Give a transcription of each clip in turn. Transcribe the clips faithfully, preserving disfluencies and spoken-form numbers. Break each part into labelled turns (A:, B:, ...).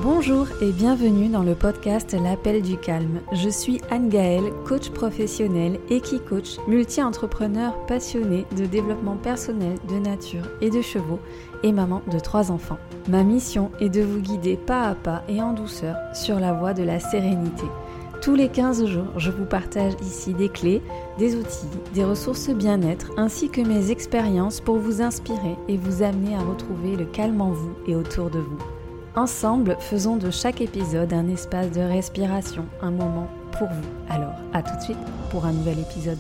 A: Bonjour et bienvenue dans le podcast L'Appel du Calme. Je suis Anne-Gaëlle, coach professionnel, équi-coach, multi-entrepreneur passionnée de développement personnel, de nature et de chevaux et maman de trois enfants. Ma mission est de vous guider pas à pas et en douceur sur la voie de la sérénité. Tous les quinze jours, je vous partage ici des clés, des outils, des ressources bien-être ainsi que mes expériences pour vous inspirer et vous amener à retrouver le calme en vous et autour de vous. Ensemble, faisons de chaque épisode un espace de respiration, un moment pour vous. Alors, à tout de suite pour un nouvel épisode.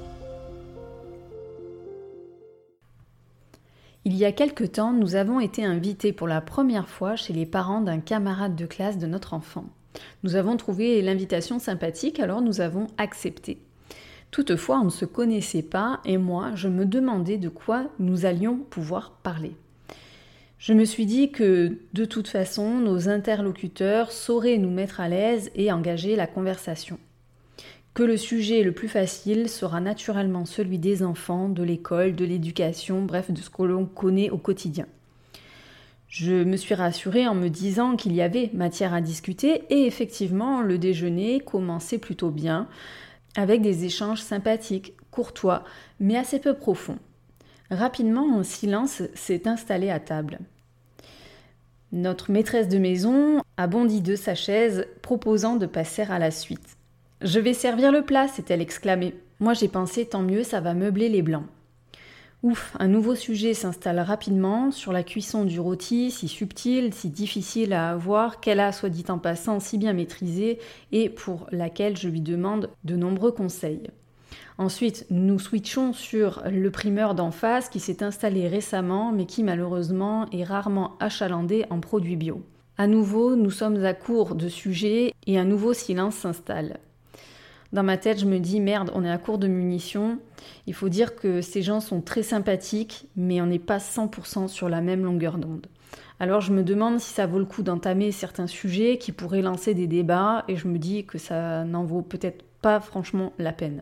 A: Il y a quelque temps, nous avons été invités pour la première fois chez les parents d'un camarade de classe de notre enfant. Nous avons trouvé l'invitation sympathique, alors nous avons accepté. Toutefois, on ne se connaissait pas et moi, je me demandais de quoi nous allions pouvoir parler. Je me suis dit que, de toute façon, nos interlocuteurs sauraient nous mettre à l'aise et engager la conversation. Que le sujet le plus facile sera naturellement celui des enfants, de l'école, de l'éducation, bref, de ce que l'on connaît au quotidien. Je me suis rassurée en me disant qu'il y avait matière à discuter et effectivement, le déjeuner commençait plutôt bien, avec des échanges sympathiques, courtois, mais assez peu profonds. Rapidement, un silence s'est installé à table. Notre maîtresse de maison a bondi de sa chaise, proposant de passer à la suite. « Je vais servir le plat », s'est-elle exclamée. Moi j'ai pensé « tant mieux, ça va meubler les blancs ». Ouf, un nouveau sujet s'installe rapidement sur la cuisson du rôti, si subtil, si difficile à avoir, qu'elle a, soit dit en passant, si bien maîtrisée et pour laquelle je lui demande de nombreux conseils. Ensuite, nous switchons sur le primeur d'en face qui s'est installé récemment mais qui malheureusement est rarement achalandé en produits bio. À nouveau, nous sommes à court de sujets et un nouveau silence s'installe. Dans ma tête, je me dis, merde, on est à court de munitions. Il faut dire que ces gens sont très sympathiques, mais on n'est pas cent pour cent sur la même longueur d'onde. Alors je me demande si ça vaut le coup d'entamer certains sujets qui pourraient lancer des débats, et je me dis que ça n'en vaut peut-être pas franchement la peine.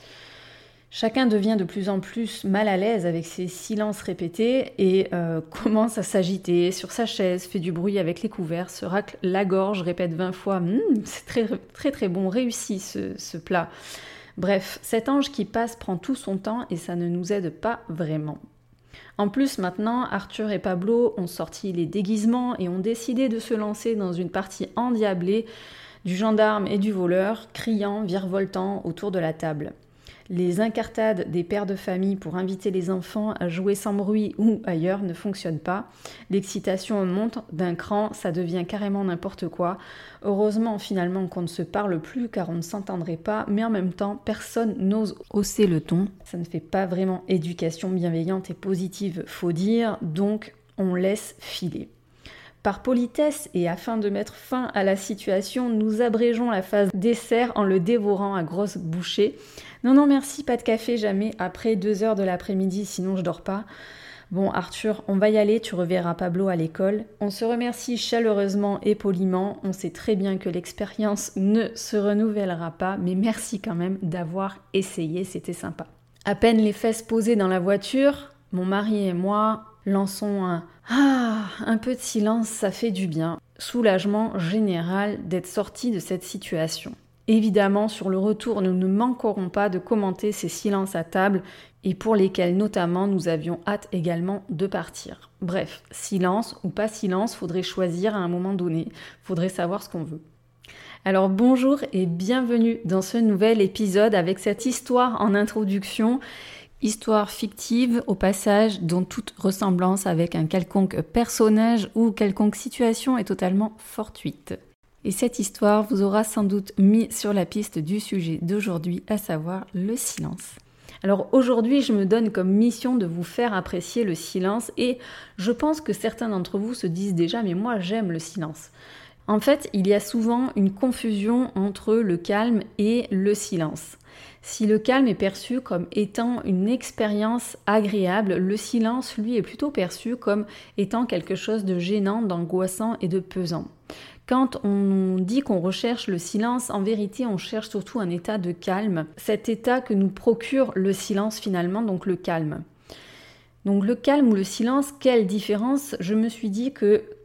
A: Chacun devient de plus en plus mal à l'aise avec ces silences répétés et euh, commence à s'agiter sur sa chaise, fait du bruit avec les couverts, se racle la gorge, répète vingt fois mmm, « c'est très très très bon, réussi ce, ce plat ». Bref, cet ange qui passe prend tout son temps et ça ne nous aide pas vraiment. En plus, maintenant, Arthur et Pablo ont sorti les déguisements et ont décidé de se lancer dans une partie endiablée du gendarme et du voleur, criant, virevoltant autour de la table. Les incartades des pères de famille pour inviter les enfants à jouer sans bruit ou ailleurs ne fonctionnent pas. L'excitation monte d'un cran, ça devient carrément n'importe quoi. Heureusement finalement qu'on ne se parle plus car on ne s'entendrait pas, mais en même temps personne n'ose hausser le ton. Ça ne fait pas vraiment éducation bienveillante et positive, faut dire, donc on laisse filer. Par politesse et afin de mettre fin à la situation, nous abrégeons la phase dessert en le dévorant à grosses bouchées. Non, non, merci, pas de café, jamais après deux heures de l'après-midi, sinon je dors pas. Bon, Arthur, on va y aller, tu reverras Pablo à l'école. On se remercie chaleureusement et poliment. On sait très bien que l'expérience ne se renouvellera pas, mais merci quand même d'avoir essayé, c'était sympa. À peine les fesses posées dans la voiture, mon mari et moi lançons un « Ah !» Un peu de silence, ça fait du bien. Soulagement général d'être sorti de cette situation. Évidemment, sur le retour, nous ne manquerons pas de commenter ces silences à table et pour lesquels notamment nous avions hâte également de partir. Bref, silence ou pas silence, faudrait choisir à un moment donné, faudrait savoir ce qu'on veut. Alors bonjour et bienvenue dans ce nouvel épisode avec cette histoire en introduction. Histoire fictive, au passage, dont toute ressemblance avec un quelconque personnage ou quelconque situation est totalement fortuite. Et cette histoire vous aura sans doute mis sur la piste du sujet d'aujourd'hui, à savoir le silence. Alors aujourd'hui, je me donne comme mission de vous faire apprécier le silence et je pense que certains d'entre vous se disent déjà « mais moi j'aime le silence ». En fait, il y a souvent une confusion entre le calme et le silence. Si le calme est perçu comme étant une expérience agréable, le silence, lui, est plutôt perçu comme étant quelque chose de gênant, d'angoissant et de pesant. Quand on dit qu'on recherche le silence, en vérité, on cherche surtout un état de calme, cet état que nous procure le silence finalement, donc le calme. Donc le calme ou le silence, quelle différence ? Je me suis dit que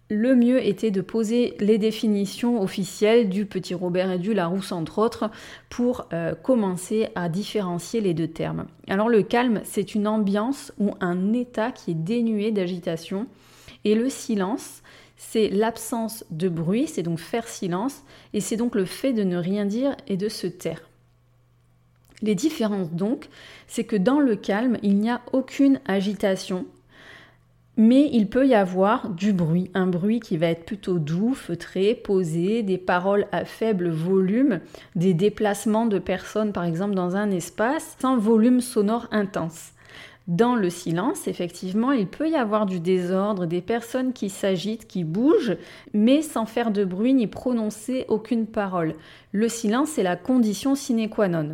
A: le mieux était de poser les définitions officielles du Petit Robert et du Larousse, entre autres, pour euh, commencer à différencier les deux termes. Alors le calme, c'est une ambiance ou un état qui est dénué d'agitation, et le silence, c'est l'absence de bruit, c'est donc faire silence, et c'est donc le fait de ne rien dire et de se taire. Les différences donc, c'est que dans le calme, il n'y a aucune agitation, mais il peut y avoir du bruit, un bruit qui va être plutôt doux, feutré, posé, des paroles à faible volume, des déplacements de personnes par exemple dans un espace, sans volume sonore intense. Dans le silence, effectivement, il peut y avoir du désordre, des personnes qui s'agitent, qui bougent, mais sans faire de bruit ni prononcer aucune parole. Le silence, c'est la condition sine qua non.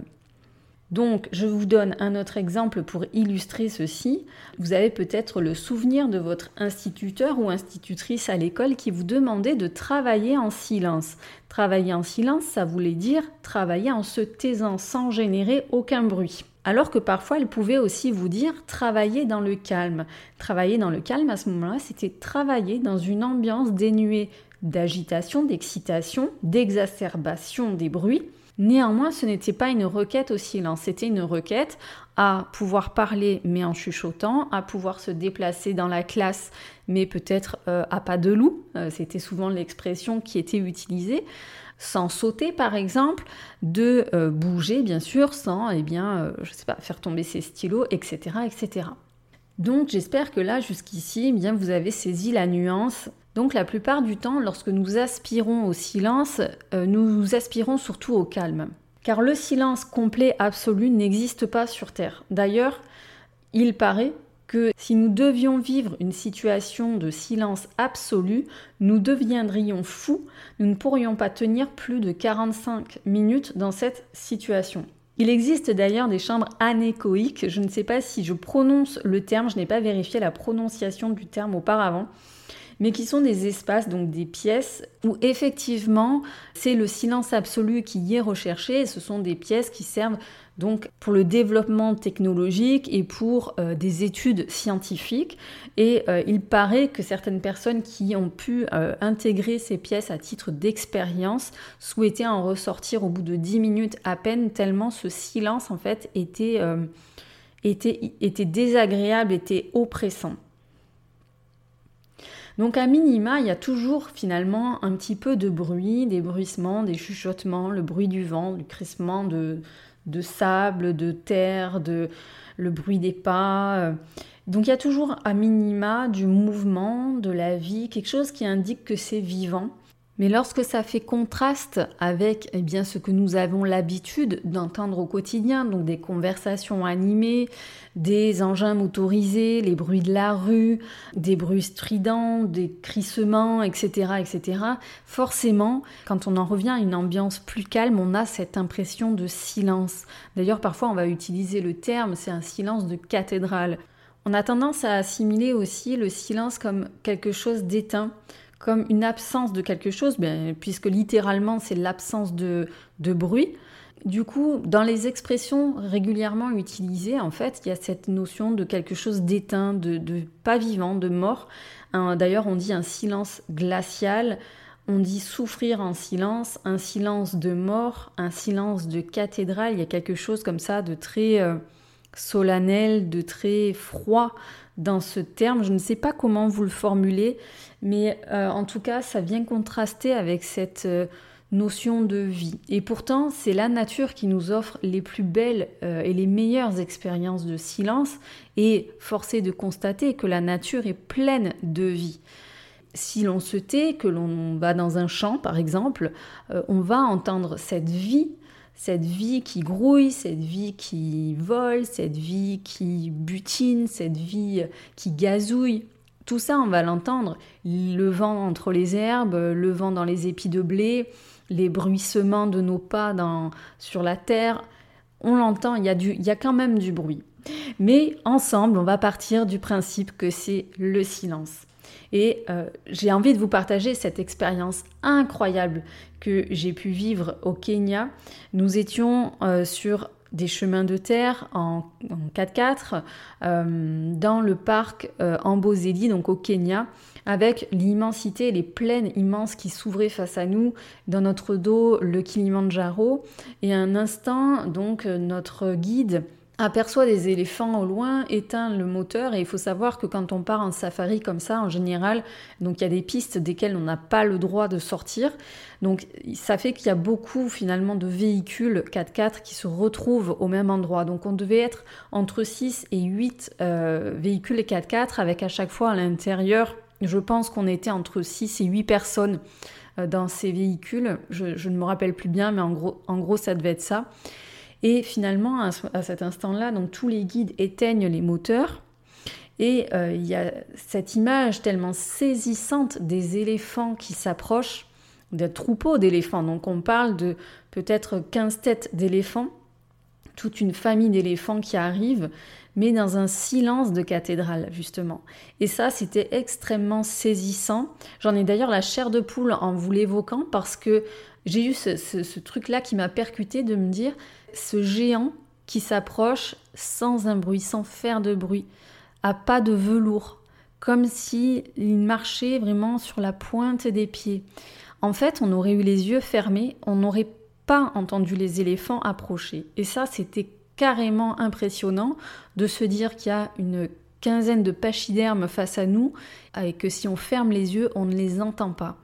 A: Donc, je vous donne un autre exemple pour illustrer ceci. Vous avez peut-être le souvenir de votre instituteur ou institutrice à l'école qui vous demandait de travailler en silence. Travailler en silence, ça voulait dire travailler en se taisant sans générer aucun bruit. Alors que parfois, elle pouvait aussi vous dire travailler dans le calme. Travailler dans le calme, à ce moment-là, c'était travailler dans une ambiance dénuée d'agitation, d'excitation, d'exacerbation des bruits. Néanmoins, ce n'était pas une requête au silence, c'était une requête à pouvoir parler mais en chuchotant, à pouvoir se déplacer dans la classe mais peut-être euh, à pas de loup, euh, c'était souvent l'expression qui était utilisée, sans sauter par exemple, de euh, bouger bien sûr, sans eh bien, euh, je sais pas, faire tomber ses stylos, et cetera, et cetera. Donc j'espère que là jusqu'ici, eh bien, vous avez saisi la nuance. Donc la plupart du temps, lorsque nous aspirons au silence, euh, nous aspirons surtout au calme. Car le silence complet absolu n'existe pas sur Terre. D'ailleurs, il paraît que si nous devions vivre une situation de silence absolu, nous deviendrions fous, nous ne pourrions pas tenir plus de quarante-cinq minutes dans cette situation. Il existe d'ailleurs des chambres anéchoïques, je ne sais pas si je prononce le terme, je n'ai pas vérifié la prononciation du terme auparavant, mais qui sont des espaces, donc des pièces où effectivement c'est le silence absolu qui y est recherché, et ce sont des pièces qui servent donc pour le développement technologique et pour euh, des études scientifiques, et euh, il paraît que certaines personnes qui ont pu euh, intégrer ces pièces à titre d'expérience souhaitaient en ressortir au bout de dix minutes à peine, tellement ce silence en fait était, euh, était, était désagréable, était oppressant. Donc à minima, il y a toujours finalement un petit peu de bruit, des bruissements, des chuchotements, le bruit du vent, du crissement de, de sable, de terre, de, le bruit des pas. Donc il y a toujours à minima du mouvement, de la vie, quelque chose qui indique que c'est vivant. Mais lorsque ça fait contraste avec eh bien, ce que nous avons l'habitude d'entendre au quotidien, donc des conversations animées, des engins motorisés, les bruits de la rue, des bruits stridents, des crissements, et cetera, et cetera, forcément, quand on en revient à une ambiance plus calme, on a cette impression de silence. D'ailleurs, parfois, on va utiliser le terme, c'est un silence de cathédrale. On a tendance à assimiler aussi le silence comme quelque chose d'éteint, comme une absence de quelque chose, ben, puisque littéralement c'est l'absence de, de bruit. Du coup, dans les expressions régulièrement utilisées, en fait, il y a cette notion de quelque chose d'éteint, de, de pas vivant, de mort. Hein, d'ailleurs, on dit un silence glacial, on dit souffrir en silence, un silence de mort, un silence de cathédrale. Il y a quelque chose comme ça de très euh, solennel, de très froid dans ce terme. Je ne sais pas comment vous le formulez, mais euh, en tout cas, ça vient contraster avec cette euh, notion de vie. Et pourtant, c'est la nature qui nous offre les plus belles euh, et les meilleures expériences de silence, et force est de constater que la nature est pleine de vie. Si l'on se tait, que l'on va dans un champ par exemple, euh, on va entendre cette vie, cette vie qui grouille, cette vie qui vole, cette vie qui butine, cette vie qui gazouille. Tout ça, on va l'entendre. Le vent entre les herbes, le vent dans les épis de blé, les bruissements de nos pas dans, sur la terre. On l'entend, il y a du, il y a quand même du bruit. Mais ensemble, on va partir du principe que c'est le silence. Et euh, j'ai envie de vous partager cette expérience incroyable que j'ai pu vivre au Kenya. Nous étions euh, sur des chemins de terre en, en quatre-quatre euh, dans le parc euh, Amboseli, donc au Kenya, avec l'immensité, les plaines immenses qui s'ouvraient face à nous, dans notre dos le Kilimandjaro, et à un instant, donc notre guide aperçoit des éléphants au loin, éteint le moteur, et il faut savoir que quand on part en safari comme ça, en général, donc il y a des pistes desquelles on n'a pas le droit de sortir, donc ça fait qu'il y a beaucoup finalement de véhicules quatre-quatre qui se retrouvent au même endroit, donc on devait être entre six et huit euh, véhicules quatre-quatre, avec à chaque fois à l'intérieur, je pense qu'on était entre six et huit personnes euh, dans ces véhicules, je, je ne me rappelle plus bien, mais en gros, en gros ça devait être ça. Et finalement, à, à cet instant-là, donc, tous les guides éteignent les moteurs et euh, il y a cette image tellement saisissante des éléphants qui s'approchent, des troupeaux d'éléphants. Donc on parle de peut-être quinze têtes d'éléphants, toute une famille d'éléphants qui arrivent, mais dans un silence de cathédrale, justement. Et ça, c'était extrêmement saisissant. J'en ai d'ailleurs la chair de poule en vous l'évoquant parce que j'ai eu ce, ce, ce truc-là qui m'a percuté de me dire ce géant qui s'approche sans un bruit, sans faire de bruit, à pas de velours, comme s'il marchait vraiment sur la pointe des pieds. En fait, on aurait eu les yeux fermés, on n'aurait pas entendu les éléphants approcher. Et ça, c'était carrément impressionnant de se dire qu'il y a une quinzaine de pachydermes face à nous et que si on ferme les yeux, on ne les entend pas.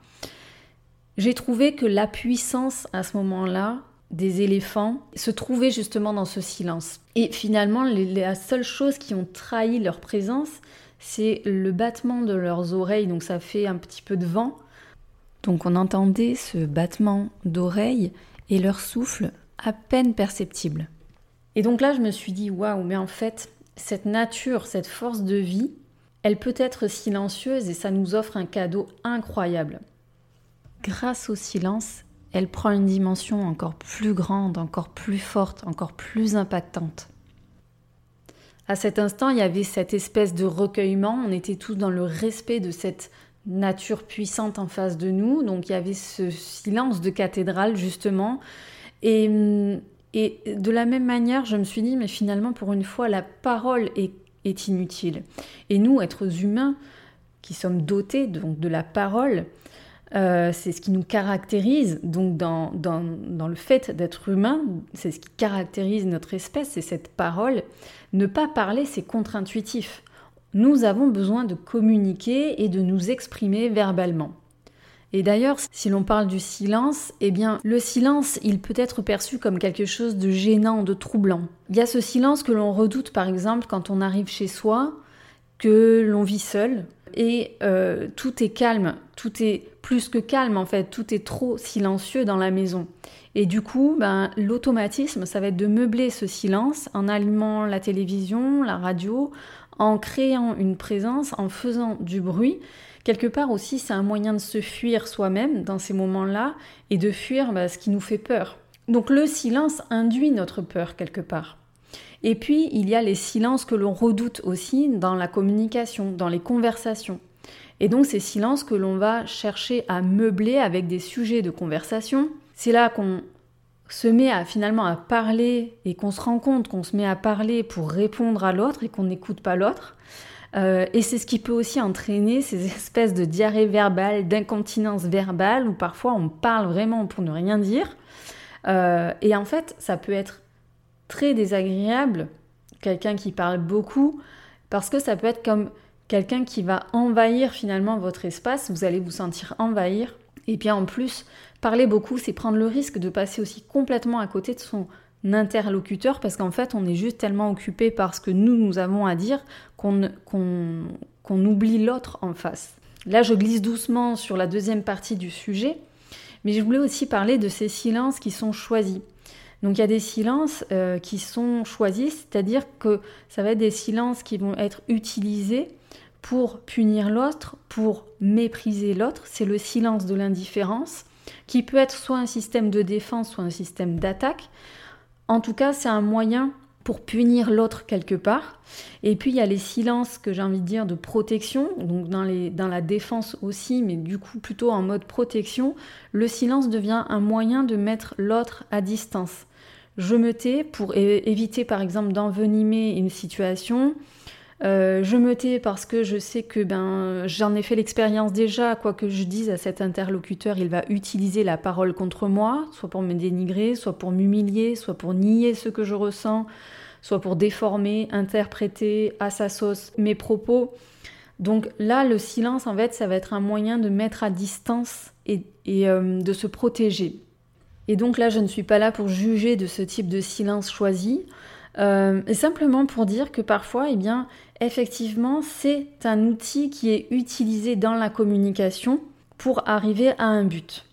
A: J'ai trouvé que la puissance à ce moment-là des éléphants se trouvait justement dans ce silence. Et finalement, les, la seule chose qui ont trahi leur présence, c'est le battement de leurs oreilles. Donc ça fait un petit peu de vent. Donc on entendait ce battement d'oreilles et leur souffle à peine perceptible. Et donc là, je me suis dit, waouh, mais en fait, cette nature, cette force de vie, elle peut être silencieuse et ça nous offre un cadeau incroyable. Grâce au silence, elle prend une dimension encore plus grande, encore plus forte, encore plus impactante. À cet instant, il y avait cette espèce de recueillement, on était tous dans le respect de cette nature puissante en face de nous, donc il y avait ce silence de cathédrale justement, et, et de la même manière, je me suis dit, mais finalement, pour une fois, la parole est, est inutile. Et nous, êtres humains, qui sommes dotés donc, de la parole, Euh, c'est ce qui nous caractérise, donc dans, dans, dans le fait d'être humain, c'est ce qui caractérise notre espèce, c'est cette parole. Ne pas parler, c'est contre-intuitif. Nous avons besoin de communiquer et de nous exprimer verbalement. Et d'ailleurs, si l'on parle du silence, eh bien, le silence, il peut être perçu comme quelque chose de gênant, de troublant. Il y a ce silence que l'on redoute, par exemple, quand on arrive chez soi, que l'on vit seul, et euh, tout est calme, tout est plus que calme en fait, tout est trop silencieux dans la maison. Et du coup, ben, l'automatisme, ça va être de meubler ce silence en allumant la télévision, la radio, en créant une présence, en faisant du bruit. Quelque part aussi, c'est un moyen de se fuir soi-même dans ces moments-là et de fuir ben, ce qui nous fait peur. Donc le silence induit notre peur quelque part. Et puis, il y a les silences que l'on redoute aussi dans la communication, dans les conversations. Et donc, ces silences que l'on va chercher à meubler avec des sujets de conversation. C'est là qu'on se met à, finalement à parler et qu'on se rend compte qu'on se met à parler pour répondre à l'autre et qu'on n'écoute pas l'autre. Euh, et c'est ce qui peut aussi entraîner ces espèces de diarrhée verbale, d'incontinence verbale, où parfois on parle vraiment pour ne rien dire. Euh, et en fait, ça peut être très désagréable, quelqu'un qui parle beaucoup, parce que ça peut être comme quelqu'un qui va envahir finalement votre espace, vous allez vous sentir envahir, et puis en plus, parler beaucoup, c'est prendre le risque de passer aussi complètement à côté de son interlocuteur, parce qu'en fait, on est juste tellement occupé par ce que nous, nous avons à dire, qu'on, qu'on, qu'on oublie l'autre en face. Là, je glisse doucement sur la deuxième partie du sujet, mais je voulais aussi parler de ces silences qui sont choisis. Donc il y a des silences euh, qui sont choisis, c'est-à-dire que ça va être des silences qui vont être utilisés pour punir l'autre, pour mépriser l'autre. C'est le silence de l'indifférence, qui peut être soit un système de défense, soit un système d'attaque. En tout cas, c'est un moyen pour punir l'autre quelque part. Et puis il y a les silences que j'ai envie de dire de protection, donc dans, les, dans la défense aussi, mais du coup plutôt en mode protection. Le silence devient un moyen de mettre l'autre à distance. je me tais pour é- éviter par exemple d'envenimer une situation. Euh, je me tais parce que je sais que ben, j'en ai fait l'expérience déjà, quoi que je dise à cet interlocuteur, il va utiliser la parole contre moi, soit pour me dénigrer, soit pour m'humilier, soit pour nier ce que je ressens, soit pour déformer, interpréter à sa sauce mes propos. Donc là, le silence, en fait, ça va être un moyen de mettre à distance et, et euh, de se protéger. Et donc là, je ne suis pas là pour juger de ce type de silence choisi, euh, et simplement pour dire que parfois, eh bien, effectivement, c'est un outil qui est utilisé dans la communication pour arriver à un but.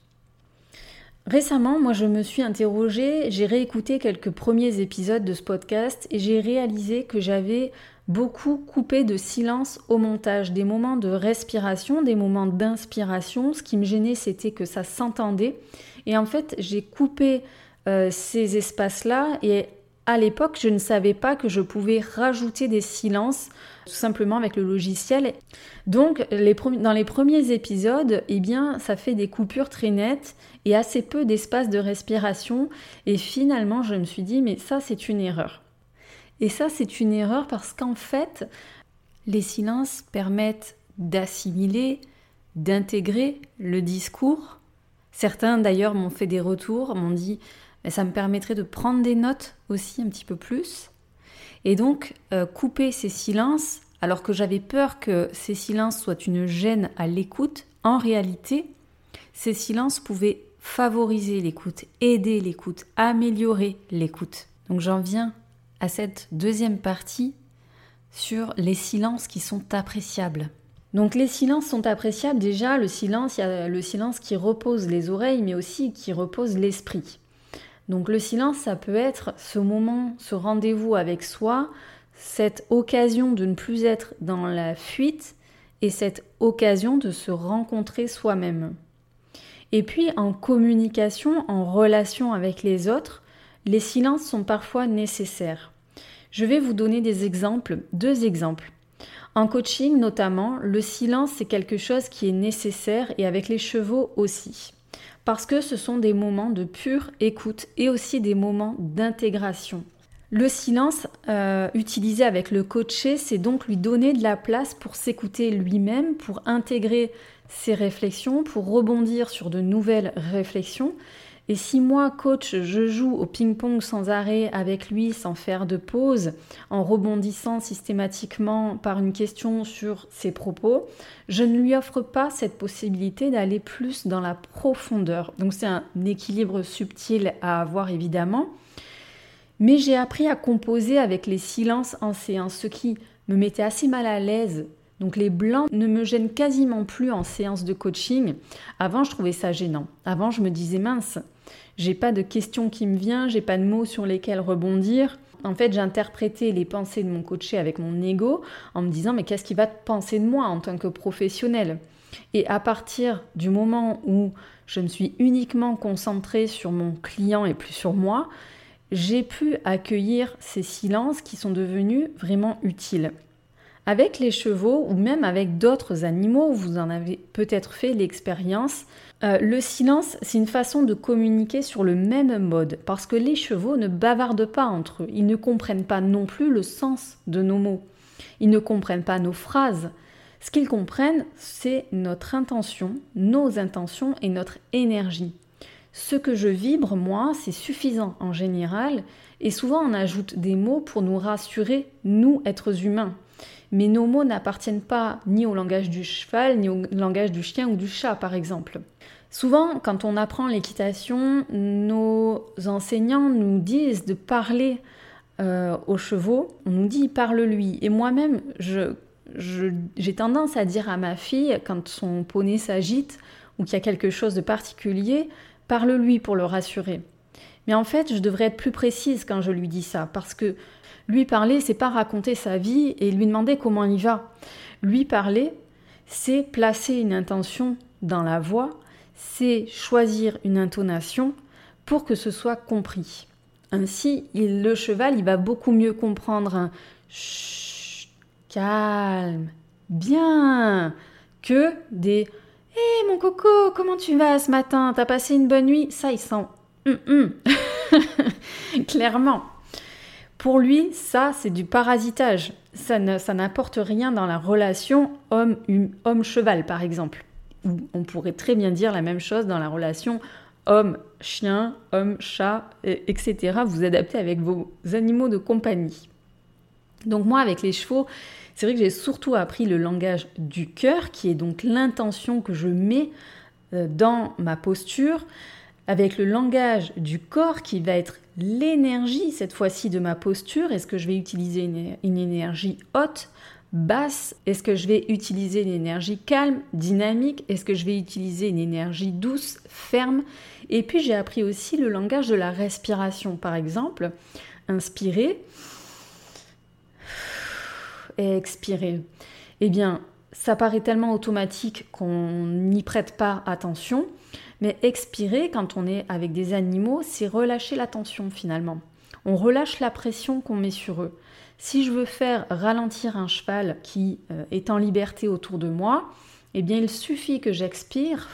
A: Récemment, moi, je me suis interrogée, j'ai réécouté quelques premiers épisodes de ce podcast et j'ai réalisé que j'avais beaucoup coupé de silence au montage, des moments de respiration, des moments d'inspiration. Ce qui me gênait, c'était que ça s'entendait. Et en fait, j'ai coupé euh, ces espaces-là et à l'époque, je ne savais pas que je pouvais rajouter des silences tout simplement avec le logiciel. Donc, les pre- dans les premiers épisodes, eh bien, ça fait des coupures très nettes et assez peu d'espace de respiration. Et finalement, je me suis dit, mais ça, c'est une erreur. Et ça, c'est une erreur parce qu'en fait, les silences permettent d'assimiler, d'intégrer le discours. Certains, d'ailleurs, m'ont fait des retours, m'ont dit « ça me permettrait de prendre des notes aussi un petit peu plus ». Et donc, euh, couper ces silences, alors que j'avais peur que ces silences soient une gêne à l'écoute, en réalité, ces silences pouvaient favoriser l'écoute, aider l'écoute, améliorer l'écoute. Donc j'en viens à cette deuxième partie sur les silences qui sont appréciables. Donc les silences sont appréciables. Déjà, le silence, il y a le silence qui repose les oreilles, mais aussi qui repose l'esprit. Donc le silence, ça peut être ce moment, ce rendez-vous avec soi, cette occasion de ne plus être dans la fuite et cette occasion de se rencontrer soi-même. Et puis en communication, en relation avec les autres, les silences sont parfois nécessaires. Je vais vous donner des exemples, deux exemples. En coaching notamment, le silence c'est quelque chose qui est nécessaire et avec les chevaux aussi. Parce que ce sont des moments de pure écoute et aussi des moments d'intégration. Le silence euh, utilisé avec le coaché, c'est donc lui donner de la place pour s'écouter lui-même, pour intégrer ses réflexions, pour rebondir sur de nouvelles réflexions. Et si moi, coach, je joue au ping-pong sans arrêt avec lui, sans faire de pause, en rebondissant systématiquement par une question sur ses propos, je ne lui offre pas cette possibilité d'aller plus dans la profondeur. Donc c'est un équilibre subtil à avoir évidemment. Mais j'ai appris à composer avec les silences en séance, ce qui me mettait assez mal à l'aise. Donc les blancs ne me gênent quasiment plus en séance de coaching. Avant, je trouvais ça gênant. Avant, je me disais mince, j'ai pas de questions qui me viennent, j'ai pas de mots sur lesquels rebondir. En fait, j'interprétais les pensées de mon coaché avec mon ego en me disant mais qu'est-ce qu'il va penser de moi en tant que professionnel ? Et à partir du moment où je me suis uniquement concentrée sur mon client et plus sur moi, j'ai pu accueillir ces silences qui sont devenus vraiment utiles. Avec les chevaux ou même avec d'autres animaux, vous en avez peut-être fait l'expérience, euh, le silence, c'est une façon de communiquer sur le même mode parce que les chevaux ne bavardent pas entre eux, ils ne comprennent pas non plus le sens de nos mots, ils ne comprennent pas nos phrases. Ce qu'ils comprennent, c'est notre intention, nos intentions et notre énergie. Ce que je vibre, moi, c'est suffisant en général et souvent on ajoute des mots pour nous rassurer, nous, êtres humains. Mais nos mots n'appartiennent pas ni au langage du cheval, ni au langage du chien ou du chat, par exemple. Souvent, quand on apprend l'équitation, nos enseignants nous disent de parler euh, aux chevaux. On nous dit « parle-lui ». Et moi-même, je, je, j'ai tendance à dire à ma fille, quand son poney s'agite ou qu'il y a quelque chose de particulier, « parle-lui » pour le rassurer. Mais en fait, je devrais être plus précise quand je lui dis ça, parce que lui parler, c'est pas raconter sa vie et lui demander comment il va. Lui parler, c'est placer une intention dans la voix, c'est choisir une intonation pour que ce soit compris. Ainsi, il, le cheval, il va beaucoup mieux comprendre un chut, calme, bien, que des hé hey, mon coco, comment tu vas ce matin? T'as passé une bonne nuit? Ça, il sent hum hum. Clairement. Pour lui, ça, c'est du parasitage. Ça, ne, ça n'apporte rien dans la relation homme, hum, homme-cheval, par exemple. Ou on pourrait très bien dire la même chose dans la relation homme-chien, homme-chat, et cetera. Vous adaptez avec vos animaux de compagnie. Donc moi, avec les chevaux, c'est vrai que j'ai surtout appris le langage du cœur, qui est donc l'intention que je mets dans ma posture, avec le langage du corps qui va être l'énergie, cette fois-ci, de ma posture. Est-ce que je vais utiliser une, une énergie haute, basse? Est-ce que je vais utiliser une énergie calme, dynamique? Est-ce que je vais utiliser une énergie douce, ferme? Et puis j'ai appris aussi le langage de la respiration. Par exemple, inspirer et expirer. Eh bien, ça paraît tellement automatique qu'on n'y prête pas attention. Mais expirer, quand on est avec des animaux, c'est relâcher la tension finalement. On relâche la pression qu'on met sur eux. Si je veux faire ralentir un cheval qui euh, est en liberté autour de moi, eh bien il suffit que j'expire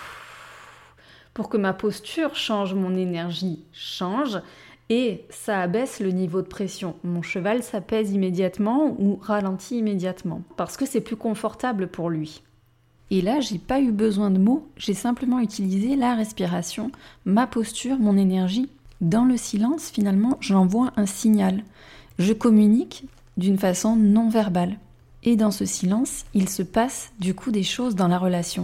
A: pour que ma posture change, mon énergie change et ça abaisse le niveau de pression. Mon cheval s'apaise immédiatement ou ralentit immédiatement parce que c'est plus confortable pour lui. Et là, j'ai pas eu besoin de mots, j'ai simplement utilisé la respiration, ma posture, mon énergie. Dans le silence, finalement, j'envoie un signal. Je communique d'une façon non verbale. Et dans ce silence, il se passe du coup des choses dans la relation.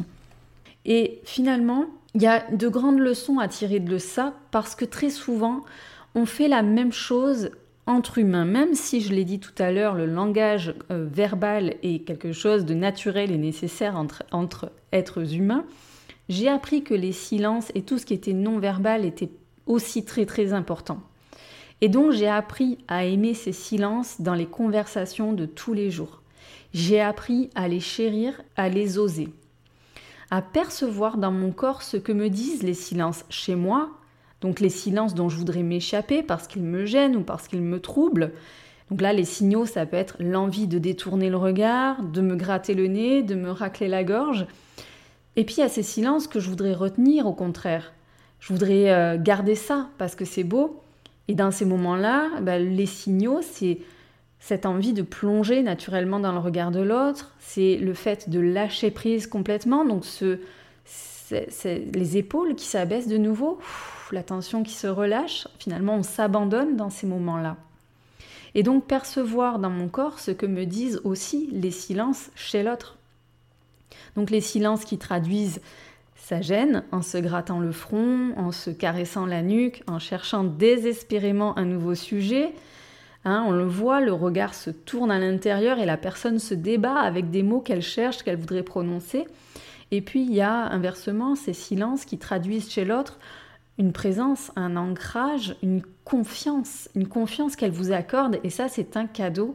A: Et finalement, il y a de grandes leçons à tirer de ça parce que très souvent, on fait la même chose entre humains, même si je l'ai dit tout à l'heure, le langage euh, verbal est quelque chose de naturel et nécessaire entre, entre êtres humains, j'ai appris que les silences et tout ce qui était non-verbal était aussi très très important. Et donc j'ai appris à aimer ces silences dans les conversations de tous les jours. J'ai appris à les chérir, à les oser, à percevoir dans mon corps ce que me disent les silences chez moi. Donc les silences dont je voudrais m'échapper parce qu'ils me gênent ou parce qu'ils me troublent. Donc là, les signaux, ça peut être l'envie de détourner le regard, de me gratter le nez, de me racler la gorge. Et puis il y a ces silences que je voudrais retenir, au contraire. Je voudrais euh, garder ça parce que c'est beau. Et dans ces moments-là, bah, les signaux, c'est cette envie de plonger naturellement dans le regard de l'autre. C'est le fait de lâcher prise complètement. Donc ce, c'est, c'est les épaules qui s'abaissent de nouveau. La tension qui se relâche, finalement on s'abandonne dans ces moments-là. Et donc percevoir dans mon corps ce que me disent aussi les silences chez l'autre. Donc les silences qui traduisent sa gêne en se grattant le front, en se caressant la nuque, en cherchant désespérément un nouveau sujet. Hein, on le voit, le regard se tourne à l'intérieur et la personne se débat avec des mots qu'elle cherche, qu'elle voudrait prononcer. Et puis il y a inversement ces silences qui traduisent chez l'autre une présence, un ancrage, une confiance, une confiance qu'elle vous accorde, et ça c'est un cadeau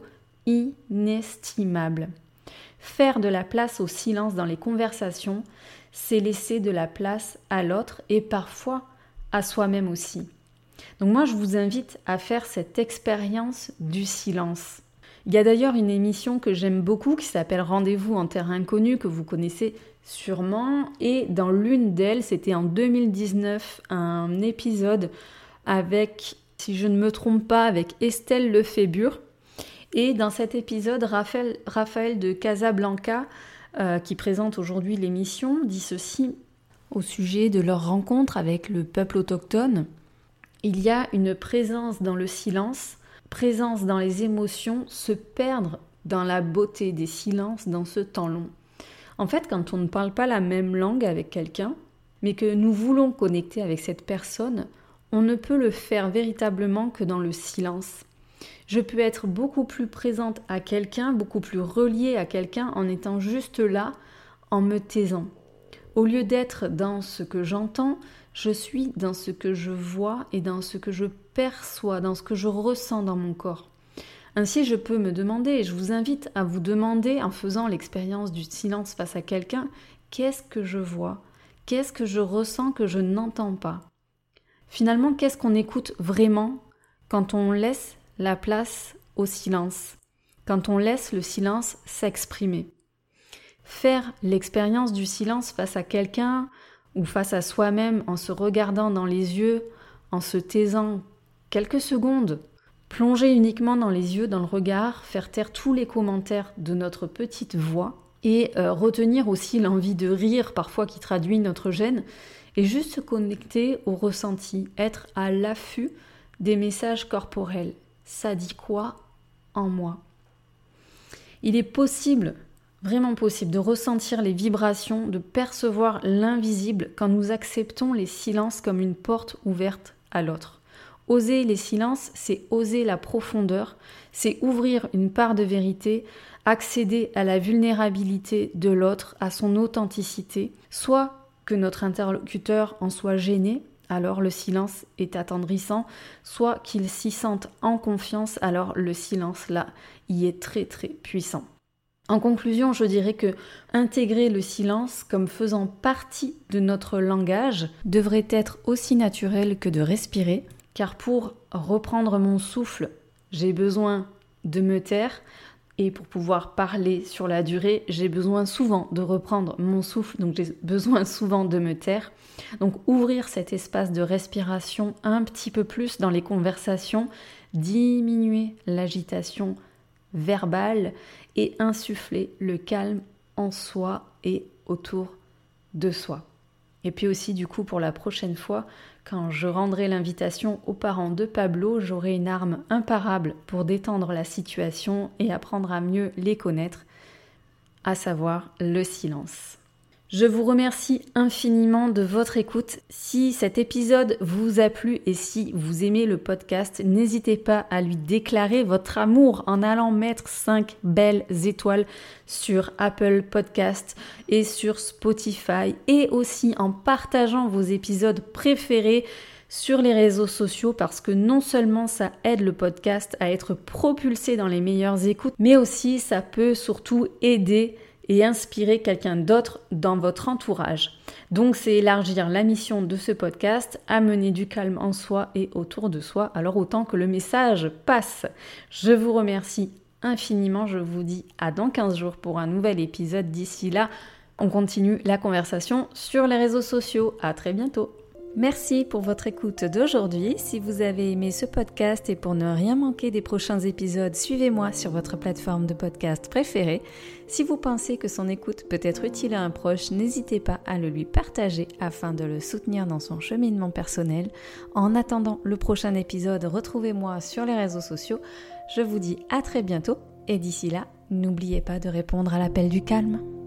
A: inestimable. Faire de la place au silence dans les conversations, c'est laisser de la place à l'autre et parfois à soi-même aussi. Donc moi je vous invite à faire cette expérience du silence. Il y a d'ailleurs une émission que j'aime beaucoup qui s'appelle Rendez-vous en terre inconnue, que vous connaissez sûrement, et dans l'une d'elles, c'était en deux mille dix-neuf, un épisode avec, si je ne me trompe pas, avec Estelle Lefébure. Et dans cet épisode, Raphaël, Raphaël de Casablanca, euh, qui présente aujourd'hui l'émission, dit ceci au sujet de leur rencontre avec le peuple autochtone. Il y a une présence dans le silence, présence dans les émotions, se perdre dans la beauté des silences dans ce temps long. En fait, quand on ne parle pas la même langue avec quelqu'un, mais que nous voulons connecter avec cette personne, on ne peut le faire véritablement que dans le silence. Je peux être beaucoup plus présente à quelqu'un, beaucoup plus reliée à quelqu'un en étant juste là, en me taisant. Au lieu d'être dans ce que j'entends, je suis dans ce que je vois et dans ce que je perçois, dans ce que je ressens dans mon corps. Ainsi, je peux me demander, et je vous invite à vous demander, en faisant l'expérience du silence face à quelqu'un, qu'est-ce que je vois ? Qu'est-ce que je ressens que je n'entends pas ? Finalement, qu'est-ce qu'on écoute vraiment quand on laisse la place au silence, quand on laisse le silence s'exprimer ? Faire l'expérience du silence face à quelqu'un ou face à soi-même en se regardant dans les yeux, en se taisant quelques secondes, plonger uniquement dans les yeux, dans le regard, faire taire tous les commentaires de notre petite voix et euh, retenir aussi l'envie de rire parfois qui traduit notre gêne et juste se connecter au ressenti, être à l'affût des messages corporels. Ça dit quoi en moi ? Il est possible, vraiment possible, de ressentir les vibrations, de percevoir l'invisible quand nous acceptons les silences comme une porte ouverte à l'autre. Oser les silences, c'est oser la profondeur, c'est ouvrir une part de vérité, accéder à la vulnérabilité de l'autre, à son authenticité, soit que notre interlocuteur en soit gêné, alors le silence est attendrissant, soit qu'il s'y sente en confiance, alors le silence là, y est très très puissant. En conclusion, je dirais que intégrer le silence comme faisant partie de notre langage devrait être aussi naturel que de respirer, car pour reprendre mon souffle, j'ai besoin de me taire, et pour pouvoir parler sur la durée, j'ai besoin souvent de reprendre mon souffle, donc j'ai besoin souvent de me taire. Donc ouvrir cet espace de respiration un petit peu plus dans les conversations, diminuer l'agitation verbale et insuffler le calme en soi et autour de soi. Et puis aussi du coup pour la prochaine fois, quand je rendrai l'invitation aux parents de Pablo, j'aurai une arme imparable pour détendre la situation et apprendre à mieux les connaître, à savoir le silence. Je vous remercie infiniment de votre écoute. Si cet épisode vous a plu et si vous aimez le podcast, n'hésitez pas à lui déclarer votre amour en allant mettre cinq belles étoiles sur Apple Podcast et sur Spotify et aussi en partageant vos épisodes préférés sur les réseaux sociaux parce que non seulement ça aide le podcast à être propulsé dans les meilleures écoutes, mais aussi ça peut surtout aider et inspirer quelqu'un d'autre dans votre entourage. Donc c'est élargir la mission de ce podcast, amener du calme en soi et autour de soi, alors autant que le message passe. Je vous remercie infiniment, je vous dis à dans quinze jours pour un nouvel épisode. D'ici là, on continue la conversation sur les réseaux sociaux. À très bientôt. Merci pour votre écoute d'aujourd'hui. Si vous avez aimé ce podcast et pour ne rien manquer des prochains épisodes, suivez-moi sur votre plateforme de podcast préférée. Si vous pensez que son écoute peut être utile à un proche, n'hésitez pas à le lui partager afin de le soutenir dans son cheminement personnel. En attendant le prochain épisode, retrouvez-moi sur les réseaux sociaux. Je vous dis à très bientôt et d'ici là, n'oubliez pas de répondre à l'appel du calme.